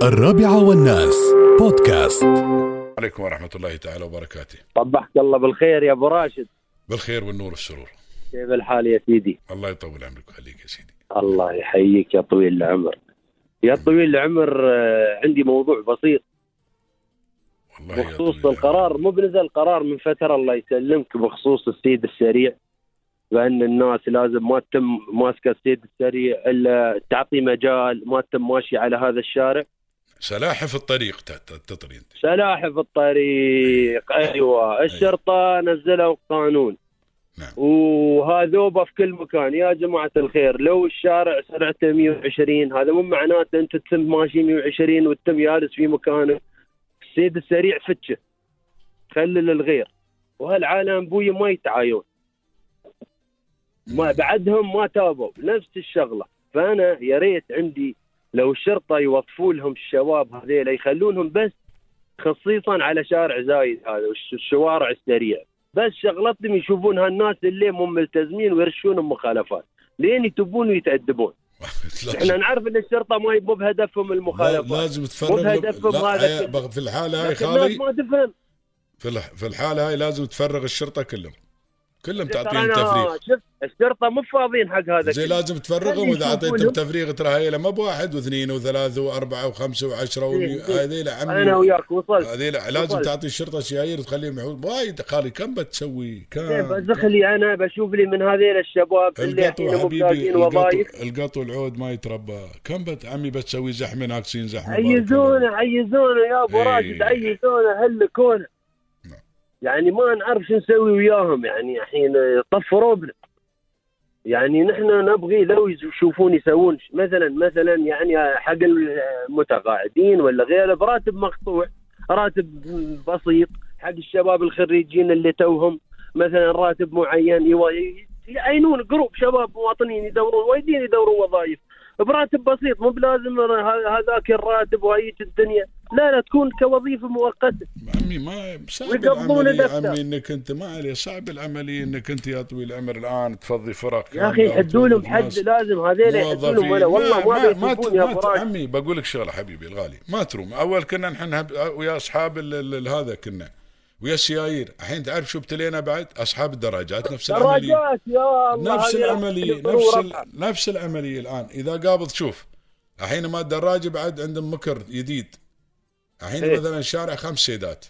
الرابعة والناس بودكاست. عليكم ورحمة الله تعالى وبركاته. صبحك الله بالخير يا ابو راشد. بالخير والنور والسرور. كيف الحال يا سيدي؟ الله يطول عمرك ويخليك يا سيدي. الله يحييك يا طويل العمر. يا طويل العمر، عندي موضوع بسيط والله بخصوص القرار. مو بنزل قرار من فترة الله يسلمك بخصوص السيد السريع، بأن الناس لازم ما تتم ماسكة السيد السريع إلا تعطي مجال، ما تتم ماشي على هذا الشارع. سلاحف الطريق تطري انت. سلاحف الطريق، أيوة. الشرطة نزلوا قانون. نعم. وهذوبة في كل مكان. يا جماعة الخير، لو الشارع سرعته 120 هذا مو معناته أنت تتم ماشي 120 وتتم جالس في مكانه. السيد السريع فتشه، خلل الغير، وهالعالم بوي ما يتعايون، ما بعدهم ما تابوا نفس الشغلة. فأنا يا ريت عندي لو الشرطة يوظفوا لهم الشباب هذيلا، يخلونهم بس خصيصا على شارع زايد هذا والشوارع السريع، بس شغلتهم يشوفون هالناس اللي مو ملتزمين ويرشونهم مخالفات لين يتوبون ويتأدبون. احنا نعرف ان الشرطه ما يبوا بهدفهم المخالفات، لازم تفرغ هذا في الحاله هاي خالي. ما تفهم في الحاله هاي لازم تفرغ الشرطه كلهم تعطيهم تفريغ. شوف الشرطه مو فاضيين حق هذا زي لازم تفرغهم. واذا اعطيتهم تفريغ ترى هاي ما بواحد واثنين وثلاثه واربعه وخمسه وعشره هذيل عمي. انا وياك وصلت. هذيل لازم تعطي الشرطه شياير وتخليهم يحوط. وايد خالي كم بتسوي؟ بس خلي انا بشوف لي من هذيل الشباب اللي الحين مو بلاقين وظايف. القط والعود ما يتربى. كم عمي بتسوي زحمه ناقصين زحمه. عيزونا يا ابو راشد، عيزونا هلكونا. يعني ما نعرف شو نسوي وياهم. يعني الحين طفوا روبنا. يعني نحن نبغي لو يشوفون يسوون مثلا يعني حق المتقاعدين ولا غيره براتب مقطوع، راتب بسيط. حق الشباب الخريجين اللي توهم مثلا راتب معين، يعينون جروب شباب مواطنين يدورون وايدين يدورون وظائف براتب بسيط، مو بلازم هذاك الراتب وهيك الدنيا. لا تكون كوظيفه مؤقته. عمي ما صعب العملية عمي انك انت ما عليه صعب العملية انك انت يا طويل العمر الان تفضي فرق يا اخي يحدوا لهم حد. لازم هذول يحدوا لهم. والله ما بيشوفون يا فراش. عمي بقول لك شغله حبيبي الغالي، ما تروم. اول كنا نحن ويا اصحاب هذا كنا ويا السيايير. الحين تعرف شو ابتلينا بعد؟ اصحاب الدراجات. نفس العمليه يا الله. نفس العمليه الان. اذا قابض شوف الحين ما الدراجه بعد عندهم مكر جديد. الحين مثلا شارع 5 سيدات.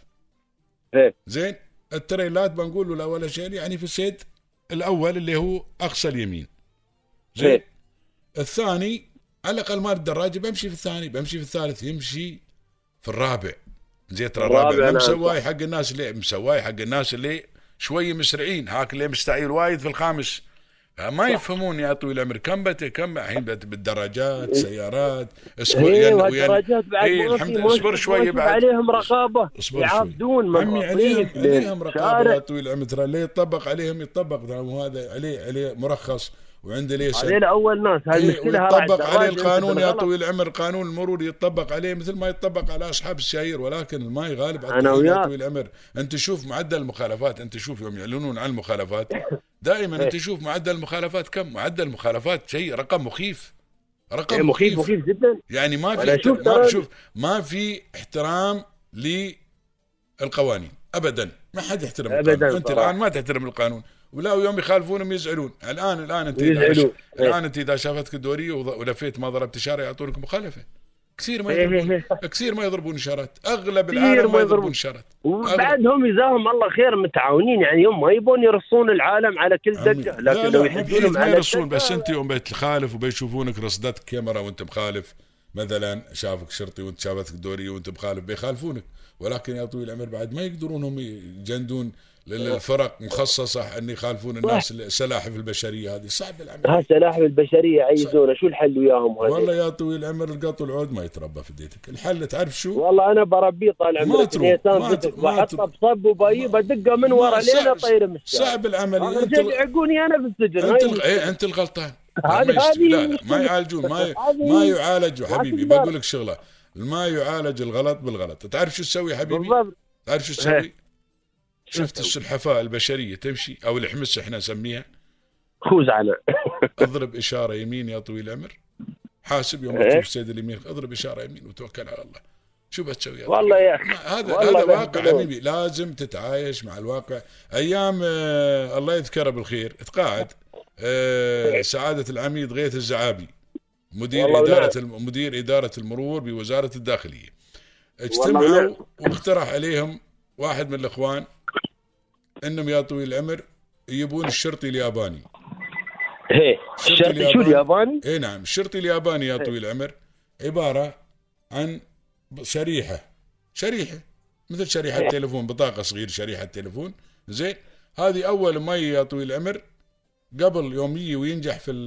زين التريلات بنقول له اول شيء يعني في السيد الاول اللي هو اقصى اليمين. زين الثاني على الاقل ما الدراجه بمشي في الثاني، بمشي في الثالث، يمشي في الرابع. زين ترى الرابع مسواي حق الناس اللي شوي مسرعين، هاك اللي مستعيل وايد في الخامس. ما يفهمون يا طويل العمر. كم الحين بالدراجات سيارات والدراجات بعد الحمد لله. اصبر شوي بعد عليهم رقابه يعبدون عمي عليهم رقابه يا طويل العمر. ترى اللي يطبق عليهم يطبق. وهذا عليه مرخص وعنده ليس. هذول اول ناس. هاي المشكله يطبق عليه القانون يا طويل العمر. قانون المرور يطبق عليه مثل ما يطبق على اصحاب السيايير، ولكن ما يغالب على يا طويل العمر. انت شوف معدل المخالفات، انت شوف يوم يعلنون عن المخالفات دائما انت شوف معدل المخالفات كم. معدل المخالفات شيء رقم مخيف. رقم مخيف جدا. يعني ما ما في احترام للقوانين ابدا. ما حد يحترم القانون. انت الان ما تحترم القانون ولا يوم يخالفونهم يزعلون. الان انت اذا شافتك الدوريه ولفيت ما ضربت اشاره يعطونك مخالفه. كثير ما يضربون اشارات. اغلب العالم ما يضربون اشارات. وبعدهم جزاهم الله خير متعاونين. يعني يوم ما يبون يرصون العالم على كل دقه، لكن لو يحدونهم على يرصون. بس انت يوم بتخالف وبيشوفونك رصدتك كاميرا وانت مخالف، مثلا شافك شرطي وانت شافتك دوريه وانت مخالف بيخالفونك. ولكن يا طويل العمر بعد ما يقدرون هم يجندون للفرق مخصصة أن يخالفون الناس. سلاحف البشرية هذه صعب العمل. سلاحف البشرية عايزونا. شو الحل وياهم هذه؟ والله يا طويل العمر القط والعود ما يتربى في ديتك. الحل تعرف شو؟ والله أنا بربيه طال عمرك. بحطه بصب وبايب بدقه من ورا لين أطير من الشارع. صعب العملية. أنت يعقوني أنا في السجن. أنت الغلطان. لا ما يعالجون. ما يعالج حبيبي. بقول لك شغلة، ما يعالج الغلط بالغلط. تعرف شو تسوي حبيبي؟ تعرف شو تسوي؟ شفت السلحفاة البشرية تمشي أو الحمص احنا نسميها خوز على اضرب إشارة يمين يا طويل العمر. حاسب يوم تشوف السيد اليمين اضرب اشاره يمين وتوكل على الله. شو بتسوي؟ والله يا اخي هذا واقع حبيبي، لازم تتعايش مع الواقع. ايام الله يذكره بالخير تقاعد سعاده العميد غيث الزعابي مدير اداره المرور بوزاره الداخليه، اجتمعوا واقترح عليهم واحد من الاخوان انهم يا طويل العمر يجيبون الشرطي الياباني. الشرطي شو الياباني؟ اي نعم، الشرطي الياباني يا طويل العمر عباره عن شريحه مثل شريحه تليفون، بطاقه صغير شريحه تليفون. زين، هذه اول ما يا طويل العمر قبل يوم يجي وينجح في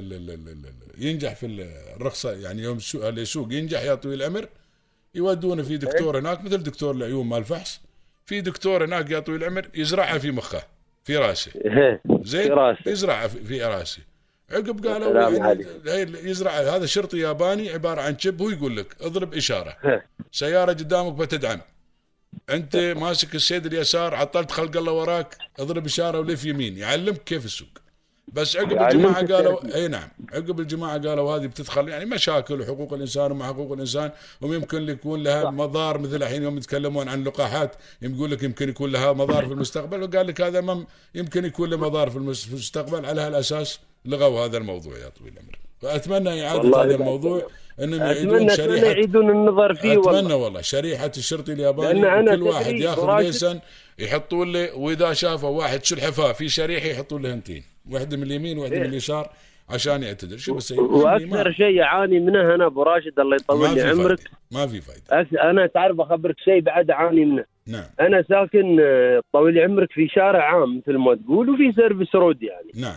ينجح في الرخصه، يعني يوم اللي يسوق ينجح يا طويل العمر، يودونه في دكتور هناك مثل دكتور العيون مال الفحص، في دكتور هناك يا طويل العمر يزرعها في مخه في راسه. زين، يزرعها في راسه. عقب قالوا يعني يزرع هذا شرطي ياباني عباره عن شب، هو يقول لك اضرب اشاره، سياره قدامك بتدعم، انت ماسك السيد اليسار عطلت خلق الله وراك، اضرب اشاره ولف يمين، يعلمك كيف السوق. بس عقب الجماعه قالوا اي نعم، عقب الجماعه قالوا هذه بتدخل يعني مشاكل وحقوق الانسان وما حقوق الانسان، ويمكن يكون لها مضار، مثل الحين يوم يتكلمون عن اللقاحات يقول لك يمكن يكون لها مضار في المستقبل، وقال لك هذا يمكن يكون له مضار في المستقبل، على هالاساس لغوا هذا الموضوع يا طويل العمر. فاتمنى اعاده هذا الموضوع، انهم يعيدون شريحه، يعيدون النظر فيه. اتمنى والله شريحه الشرطي الياباني كل واحد ياخذ ليسن يحطون له، واذا شافوا واحد سلحفاه في شريحه يحطون له هنتين، واحده من اليمين وواحده من اليسار عشان يعتذر. شو بس واكثر شيء يعاني منه انا ابو راشد الله يطول لي عمرك، ما في فايده. انا تعرف اخبرك شيء بعد اعاني منه. نعم. انا ساكن طويل عمرك في شارع عام مثل ما تقول، وفي سيرفس رود يعني. نعم.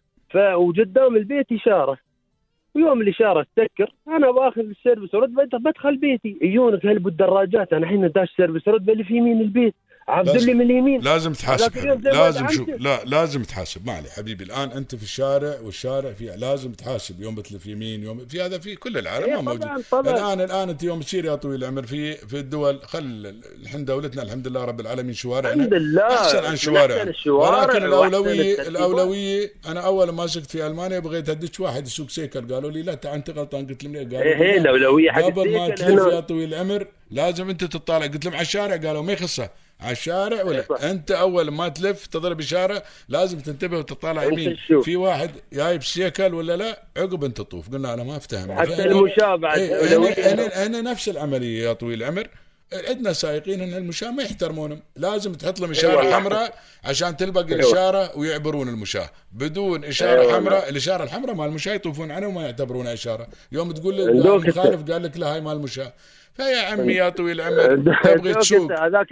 وقدام البيت اشاره، ويوم الاشاره تسكر انا باخذ السيرفس رود بدخل بيتي، يجونك هل بالدراجات، انا الحين داش سيرفس رود اللي في يمين البيت عبد اللي من اليمين. لازم تحاسب، لازم شوف، لا لازم تحاسب. ما علي حبيبي، الان انت في الشارع والشارع في لازم تحاسب، يوم بتلف يمين يوم في هذا في كل العالم ما موجود. الان انت يوم تسير يا طويل العمر في الدول، الحين دولتنا الحمد لله رب العالمين شوارعنا احسن عن شوارع، ولكن الاولويه انا اول ما سكت في المانيا بغيت ادش واحد يسوق سيكل، قالوا لي لا تعال انت غلطان، قلت لهم ليه؟ قالوا لي الاولويه حق قبل ما تلف يا طويل العمر لازم انت تطالع. قلت لهم على الشارع، قالوا ما يخصه على الشارع ولا انت اول ما تلف تضرب اشاره لازم تنتبه وتطالع يمين في واحد جايب سيكل ولا لا، عقب انت تطوف. قلنا انا ما افتهم حتى المشاة بعد. انا نفس العمليه يا طويل العمر، عندنا سائقين ان المشاة ما يحترمونهم، لازم تحط لهم اشاره حمراء عشان تلبق الاشاره ويعبرون المشاة. بدون اشاره حمراء، الاشاره الحمراء مال المشاة يطوفون عنها وما يعتبرونها اشاره. يوم تقول المخالف قال لك لا هاي مال المشاة. فيا عمي يا طويل العمر تبغي تسوق.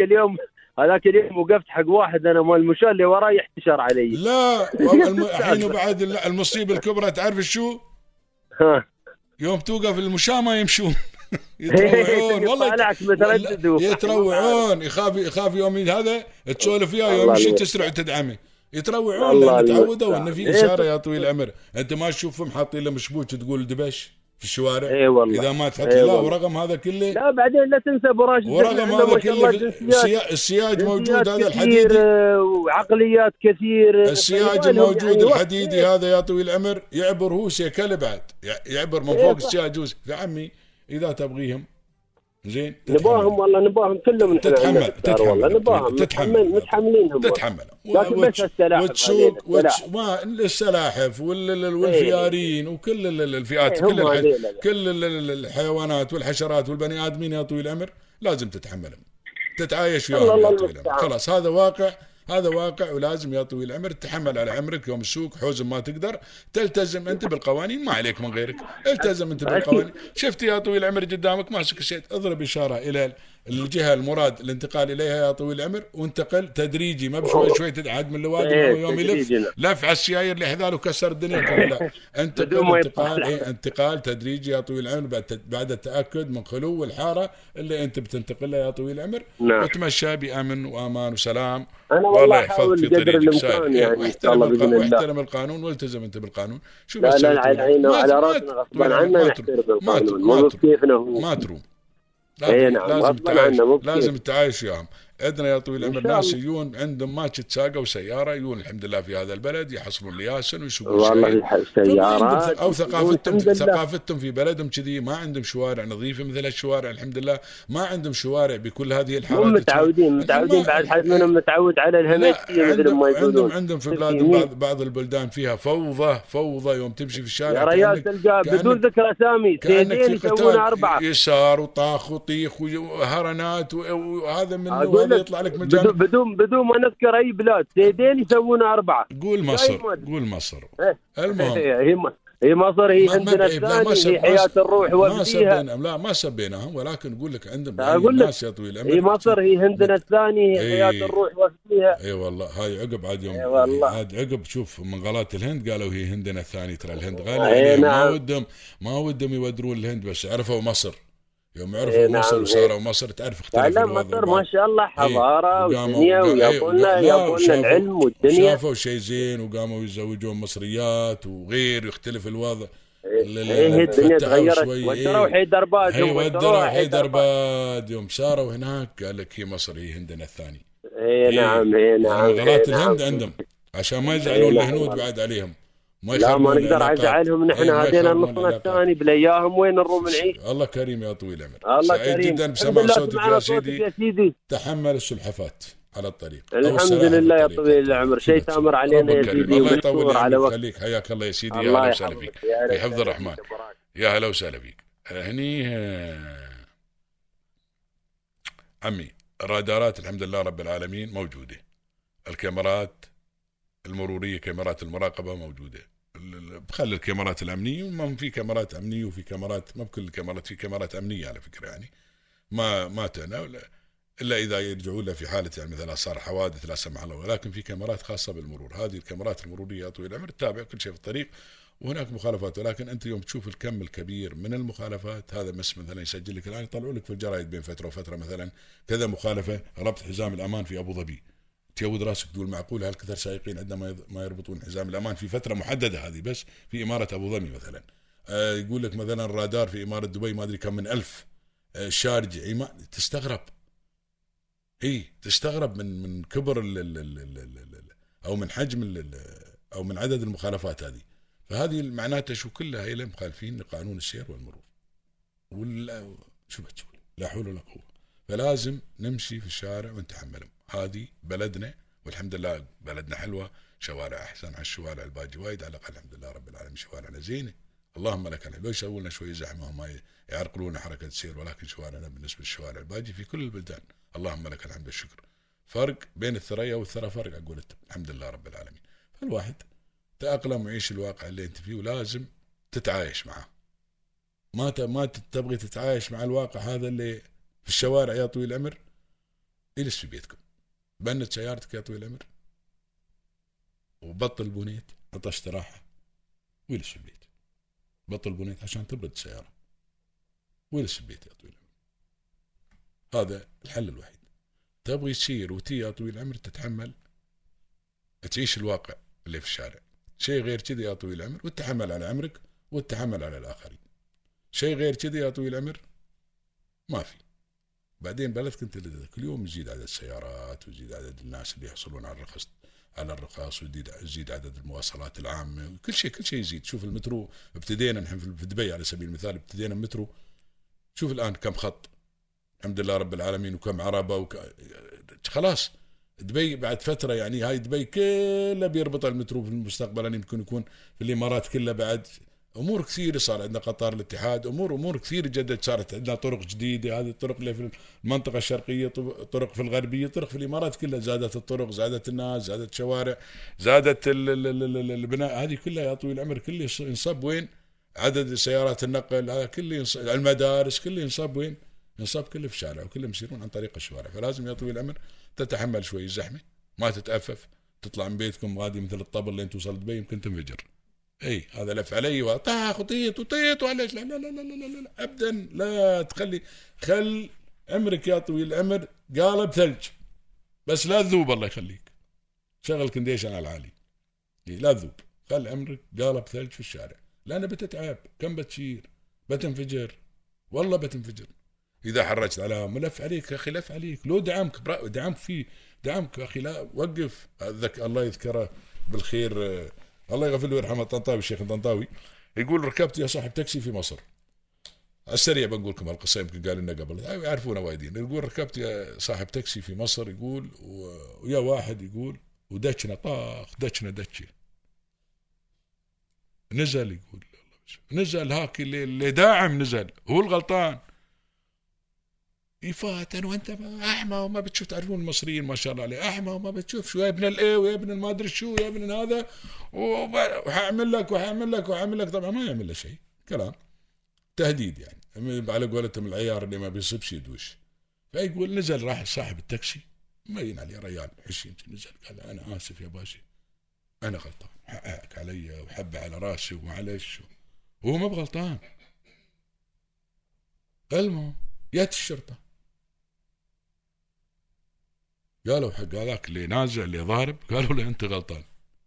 هذاك اليوم وقفت حق واحد انا مال المشاة اللي وراي يحتشر علي. لا الحين وبعد المصيبه الكبرى تعرف شو؟ يوم توقف المشاة ما يمشون يتروعون والله يتروعون، يخاف يوم هذا تسولف وياه، يوم يمشي تسرع وتدعمه، يتروعون لان تعودوا ان في اشاره يا طويل العمر. انت ما تشوفهم حاطين له مشبوك تقول دبش في الشوارع. اذا ما تحط لا، ورغم هذا كله لا بعدين لا تنسى ابو راشد، ورغم هذا كله السياج موجود، هذا الحديدي وعقليات كثير، السياج موجود الحديدي هذا يا طويل العمر يعبر هو سيكل بعد يعبر من فوق السياج. يا عمي اذا تبغيهم زين نباهم والله، نباهم كلهم تتحمل والله نباهم متحملينهم، لكن بس وتسوق ما السلاحف والفيارين وكل الفئات، كل الحيوانات والحشرات والبني ادمين يا طويل العمر لازم تتحملهم، تتعايش وياهم يا طويل العمر. خلاص هذا واقع ولازم يا طويل العمر تتحمل على عمرك. يوم السوق حوزن ما تقدر تلتزم انت بالقوانين، ما عليك من غيرك، التزم انت بالقوانين. شفت يا طويل العمر قدامك ماسك الشيء، اضرب اشاره الى الجهه المراد الانتقال اليها يا طويل العمر، وانتقل تدريجي، ما بشوي شوي تدعد من الواجب. يوم يلف لف على السيايير اللي حذاله وكسر الدنيا كلها، لا انتقال تدريجي يا طويل العمر بعد التاكد من خلو الحاره اللي انت بتنتقل لها يا طويل العمر. وتمشى بامن وامان وسلام، والله يحفظك في طريقك سائر. واحترم القانون والتزم انت بالقانون. شو بس لا على راسنا غصبا عنا نحترم القانون، ما تروم. لازم التعايش وياهم. عندنا يا طويل العمر ناس يجون عندهم ماشي ساقه وسياره، يجون الحمد لله في هذا البلد يحصلون لياسن ويسوقون والله سيارات، او ثقافتهم في بلدهم كذي، ما عندهم شوارع نظيفه مثل الشوارع الحمد لله، ما عندهم شوارع بكل هذه الحالات. هم متعودين بعد حد منهم متعود على الهمجيه مثل ما يقولون. عندهم في بلادهم بعض البلدان فيها فوضى يوم تمشي في الشارع يا ريال تلقى بدون ذكر اسامي سيدين يسوون 4 يسار وطاخ وطيخ وهرنات وهذا من وهذا يطلع لك من جانب بدون ما نذكر اي بلاد، سيدين يسوون 4. قول مصر المهم هي مصر، هي عندنا الثاني، هي حياة الروح وفيها. لا ما سبيناهم، ولكن نقول لك عندهم الناس يا طويل العمر. هي مصر هي عندنا الثاني، هي حياة الروح وفيها. اي والله هاي عقب عاد يوم عاد عقب شوف منغلات الهند قالوا هي هندنا الثاني، ترى الهند غالية. نعم. ما ودهم يودرون الهند، بس عرفوا مصر. يوم عرفوا مصر وصاروا مصر تعرف اختلف الوضع. مصر ما شاء الله حضارة ودنيا، ويابولنا العلم والدنيا. شافوا شيء زين وقاموا يتزوجون مصريات وغير، يختلف الوضع. الدنيا تغيرت. ودروا حيدرباد يوم صاروا هناك قال لك هي مصر هي هندنا الثاني. نعم غلات الهند عندهم عشان ما يزعلون الهنود بعد عليهم. لا ما نقدر نزعلهم، نحن هدينا النصنا الثاني بلا اياهم وين نروح نعيش. الله كريم يا طويل العمر. سعيد جدا بسماع صوتك يا سيدي. تحمل السلحفات على الطريق. الحمد لله يا طويل العمر، شيء تامر علينا يا سيدي. الله يطول عمرك خليك، حياك الله يا سيدي. يا هلا وسهلا فيك في حفظ الرحمن. يا هلا وسهلا فيك. هني عمي الرادارات الحمد لله رب العالمين موجودة، الكاميرات المرورية كاميرات المراقبة موجودة، بخلي الكاميرات الأمنية، وما في كاميرات أمنية وفي كاميرات، ما بكل الكاميرات، في كاميرات أمنية على فكرة يعني ما تناول إلا إذا يرجعوا له في حالة يعني مثلا صار حوادث لا سمح الله، ولكن في كاميرات خاصة بالمرور. هذه الكاميرات المرورية طويل العمر تتابع كل شيء في الطريق، وهناك مخالفات. ولكن أنت يوم تشوف الكم الكبير من المخالفات، هذا مثلا يسجل لك الآن يطلعوا لك في الجرايد بين فترة وفترة مثلا كذا مخالفة، ربط حزام الأمان في أبو ظبي. تيود راسك تقول معقول هالكثر سائقين عندما ما يربطون حزام الأمان في فترة محددة، هذه بس في إمارة أبو ظبي مثلا. يقول لك مثلا الرادار في إمارة دبي ما أدري كم من 1000 شارجة. تستغرب، تستغرب من كبر أو من حجم أو من عدد المخالفات هذه. فهذه معناتها شو كلها هي مخالفين لقانون السير والمرور شو بتقول، لا حول ولا قوة. فلازم نمشي في الشارع ونتحملهم. هذه بلدنا والحمد لله بلدنا حلوة، شوارع أحسن على الشوارع الباقي وايد، على الأقل الحمد لله رب العالمين شوارعنا زينة اللهم لك الحمد. لو يسووا لنا شوي زحمة وما يعرقلون حركة السير، ولكن شوارعنا بالنسبة للشوارع الباقي في كل البلدان اللهم لك الحمد والشكر. فرق بين الثريا والثرى فرق، أقول الحمد لله رب العالمين. فالواحد تأقلم ويعيش الواقع اللي أنت فيه، ولازم تتعايش معه. ما تبغي تتعايش مع الواقع هذا اللي في الشوارع يا طويل العمر، اجلس في بيتكم، بنت سيارتك يا طويل العمر، وبطل بونيت، عطى استراحة ويجلس في البيت. بطل بونيت عشان تبرد السيارة ويجلس في البيت يا طويل العمر. هذا الحل الوحيد. تبغي تسير يا طويل العمر تتحمل، تعيش الواقع اللي في الشارع. شيء غير كذا يا طويل العمر، وتتحمل على عمرك وتتحمل على الآخرين. شيء غير كذا يا طويل العمر ما في. بعدين بلدك انت كل يوم يزيد عدد السيارات ويزيد عدد الناس اللي يحصلون على الرخص ويزيد عدد المواصلات العامة، كل شيء يزيد. شوف المترو، ابتدينا نحن في دبي على سبيل المثال، ابتدينا المترو، شوف الآن كم خط الحمد لله رب العالمين، وكم عربة خلاص دبي بعد فترة يعني هاي دبي كلها بيربط المترو في المستقبل، يعني يمكن يكون في الإمارات كلها بعد. امور كثير صار عندنا قطار الاتحاد، امور كثير جدد صارت عندنا، طرق جديده. هذه الطرق اللي في المنطقه الشرقيه، طرق في الغربيه، طرق في الامارات كلها، زادت الطرق، زادت الناس، زادت الشوارع، زادت البناء. هذه كلها يا طويل العمر كله ينصب وين؟ عدد سيارات النقل هذا كله ينصب، المدارس كله ينصب وين؟ ينصب كله في الشارع، وكلهم يسيرون عن طريق الشوارع. فلازم يا طويل العمر تتحمل شوي الزحمه، ما تتأفف، تطلع من بيتكم غادي مثل الطبل لين توصل دبي يمكن تنفجر. هذا لف علي وطاخ وطيط وعلاش، لا لا لا لا لا لا ابدا، لا تخلي، خل عمرك يا طويل العمر قالب ثلج، بس لا تذوب الله يخليك. شغل كنديشن على العالي، لا تذوب، خل عمرك قالب ثلج في الشارع، لأنه بتتعب، كم بتشير، بتنفجر، والله بتنفجر. اذا حرجت على ملف عليك يا اخي، لف عليك، لو دعمك فيه دعمك يا اخي، لا وقف. الله يذكره بالخير، الله يغفر له ويرحمه، الطنطاوي، الشيخ الطنطاوي، يقول ركبت يا صاحب تاكسي في مصر. السريع بنقول لكم هالقصه يمكن قال لنا قبل، يعرفونها وايدين. يقول ركبت يا صاحب تاكسي في مصر، يقول ويا واحد يقول ودشنا طاخ دشي نزل، يقول نزل هاك اللي داعم نزل هو الغلطان. يفاتن وانت احمى وما بتشوف، تعرفون المصريين ما شاء الله عليه احمى وما بتشوف، شو يا ابن الايه ويا ابن ما ادري شو يا ابن هذا، وحاعمل لك طبعا ما يعمل له شيء، كلام تهديد يعني على قولتهم العيار اللي ما بيصيبش يدوش. فيقول نزل راح صاحب التاكسي مبين عليه ريال حشين، نزل قال انا اسف يا باشا انا غلطان، حقك علي وحب على راسي ومعلش، وهو ما بغلطان. المهم جت الشرطه قالوا حق هذاك اللي نازع اللي ضارب، قالوا له انت غلطان.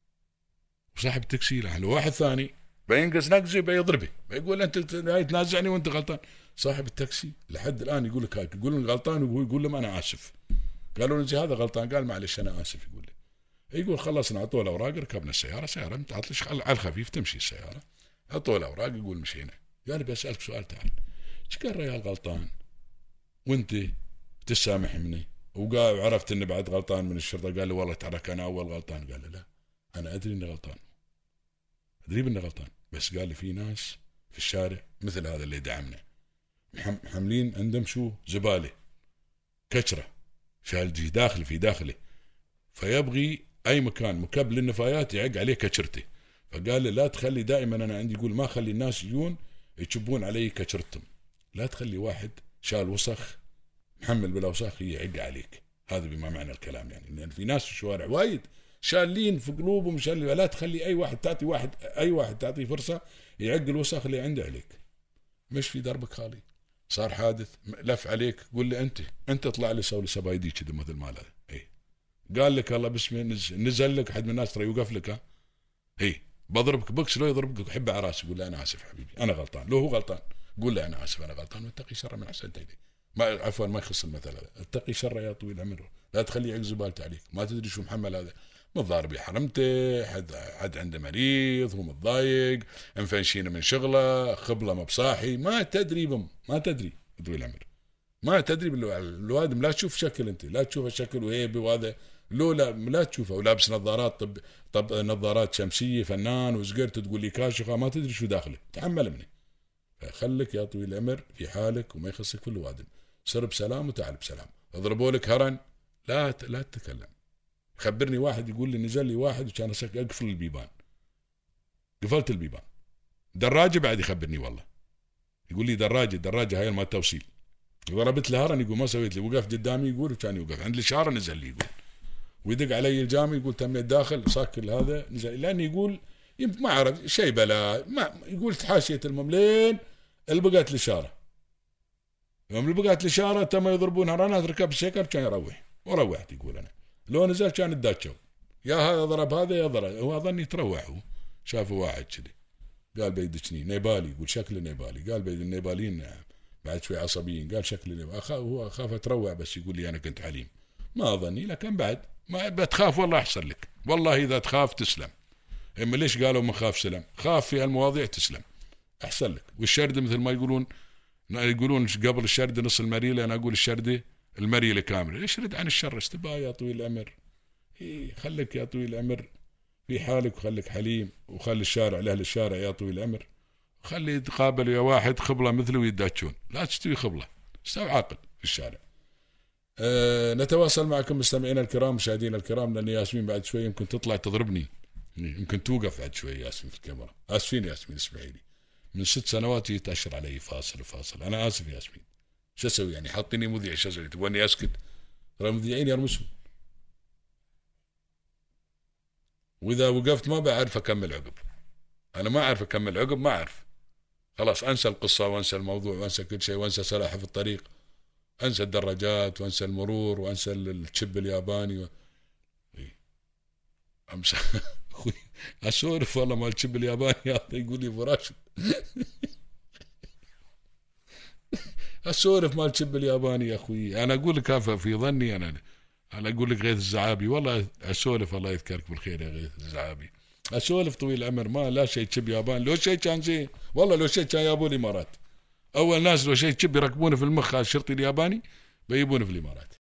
وصاحب التاكسي له واحد ثاني بينقص نقزي بيضربه، بيقول انت تنازعني وانت غلطان. صاحب التاكسي لحد الان يقول لك هاك، يقول غلطان وهو يقول لهم انا اسف. قالوا له هذا غلطان، قال معلش انا اسف. يقول خلصنا، اعطوه الاوراق، ركبنا السياره، سياره متعطلش على الخفيف تمشي السياره، اعطوه الاوراق، يقول مشينا. قال بسالك سؤال، تعال ايش قال ريال غلطان وانت تسامح مني، وقال عرفت اني بعد غلطان من الشرطه؟ قال له والله ترى انا اول غلطان. قال له لا انا ادري اني غلطان، ادري اني غلطان، بس قال لي في ناس في الشارع مثل هذا اللي دعمنا محملين عندهم شو زباله كشره شال داخل في داخله، فيبغي اي مكان مكب للنفايات يعق عليه كشرته. فقال لي لا تخلي دائما، انا عندي يقول ما خلي الناس يجون يشبون علي كشرتهم، لا تخلي واحد شال وسخ محمل بالاوساخ يعق عليك. هذا بما معنى الكلام يعني، لان في ناس في الشوارع وايد شالين في قلوبهم لا تخلي اي واحد تعطي فرصه يعق الوسخ اللي عنده عليك. مش في دربك خالي، صار حادث لف عليك، قول لي انت اطلع لي سوي لي سبايدي كذا مثل ما له. اي قال لك الله باسمي نزل لك حد من الناس ترى يوقف لك، اي بضربك بكس، لو يضربك حب على راسي، قول له انا اسف حبيبي انا غلطان، لو هو غلطان قول له انا اسف انا غلطان، واتقي شر من احسنت اليه. ما عفوا ما يخص المثل هذا، اتقي شر يا طويل العمر، لا تخلي يعق زبالته عليك، ما تدري شو محمل هذا، متضارب حرمته، حد عنده مريض هو متضايق، مفنشينه من شغله، خبله ما بصاحي، ما تدري طويل العمر، ما تدري الوادم. لا تشوف شكل انت، لا تشوف الشكل وهيبي وهذا، لا تشوفه ولابس نظارات طب نظارات شمسيه فنان وزقرت تقول لي كاشخه، ما تدري شو داخله، تحمل منه. فخلك يا طويل العمر في حالك وما يخصك في الوادم، سر بسلام وتعال بسلام. اضربوا لك هرن لا تتكلم. خبرني واحد يقول لي نزل لي واحد وكان اقفل البيبان، قفلت البيبان، دراجه بعد يخبرني والله، يقول لي دراجه هاي ما توصيل، ضربت له هرن، يقول ما سويت لي، وقف قدامي يقول وكان يوقف عند الاشاره نزل لي، يقول ويدق علي الجامع، يقول تميت داخل ساكل هذا نزل، لان يقول يمكن ما عرف شيء بلا ما يقول تحاشيه المملين البقات الاشاره، يوم البقات الاشاره تم يضربون هرنات، ركب السيكل كان يروح وروحت. يقول انا لو نزل كان الداتشو يا هذا ضرب هذا يا ضرب، هو اظن يتروح، هو شافوا واحد كذي قال بيدشني نيبالي، يقول شكله نيبالي، قال بيد النيباليين بعد شوي عصبيين، قال شكله نيبالي، هو خاف اتروع، بس يقول لي انا كنت حليم، ما اظني، لكن بعد ما بتخاف والله احسن لك، والله اذا تخاف تسلم. اما ليش قالوا ما خاف سلم؟ خاف في المواضيع تسلم احسن لك. والشرد مثل ما يقولون قبل الشرد نص المريله، انا اقول الشرده المريله كامله، اشرد عن الشر استباء يا طويل العمر. خليك يا طويل العمر في حالك، وخليك حليم، وخلي الشارع لاهل الشارع يا طويل العمر، خلي يتقابل يا واحد خبله مثله ويداتشون، لا تستوي خبله، استوي عاقل في الشارع. نتواصل معكم مستمعينا الكرام مشاهدينا الكرام، لان ياسمين بعد شوي يمكن تطلع تضربني، يمكن توقف بعد شوي ياسمين في الكاميرا. اسفين ياسمين اسمعي لي، من 6 سنوات يتأشر علي فاصل، انا اسف ياسمين، شو اسوي يعني؟ حاطيني مذيع، شو اسوي؟ تبغاني اسكت؟ ترى المذيعين يرمسون، واذا وقفت ما بعرف اكمل عقب، انا ما اعرف اكمل عقب، ما اعرف، خلاص انسى القصه وانسى الموضوع وانسى كل شيء، وانسى سلاحف الطريق، انسى الدراجات وانسى المرور وانسى الشب الياباني امسح اخوي اسولف والله مال الشب الياباني هذا، يقول لي ابو راشد السولف مال تشب الياباني يا اخوي. انا اقول لك في ظني انا اقول لك غيث الزعابي، والله اسولف الله يذكرك بالخير يا غيث الزعابي، اسولف طويل العمر ما لا شيء تشب يابان. لو شيء كان زين والله، لو شيء كان يابوا الامارات اول ناس، لو شيء تشب يركبونه في المخ الشرطي الياباني بيجيبونه في الامارات.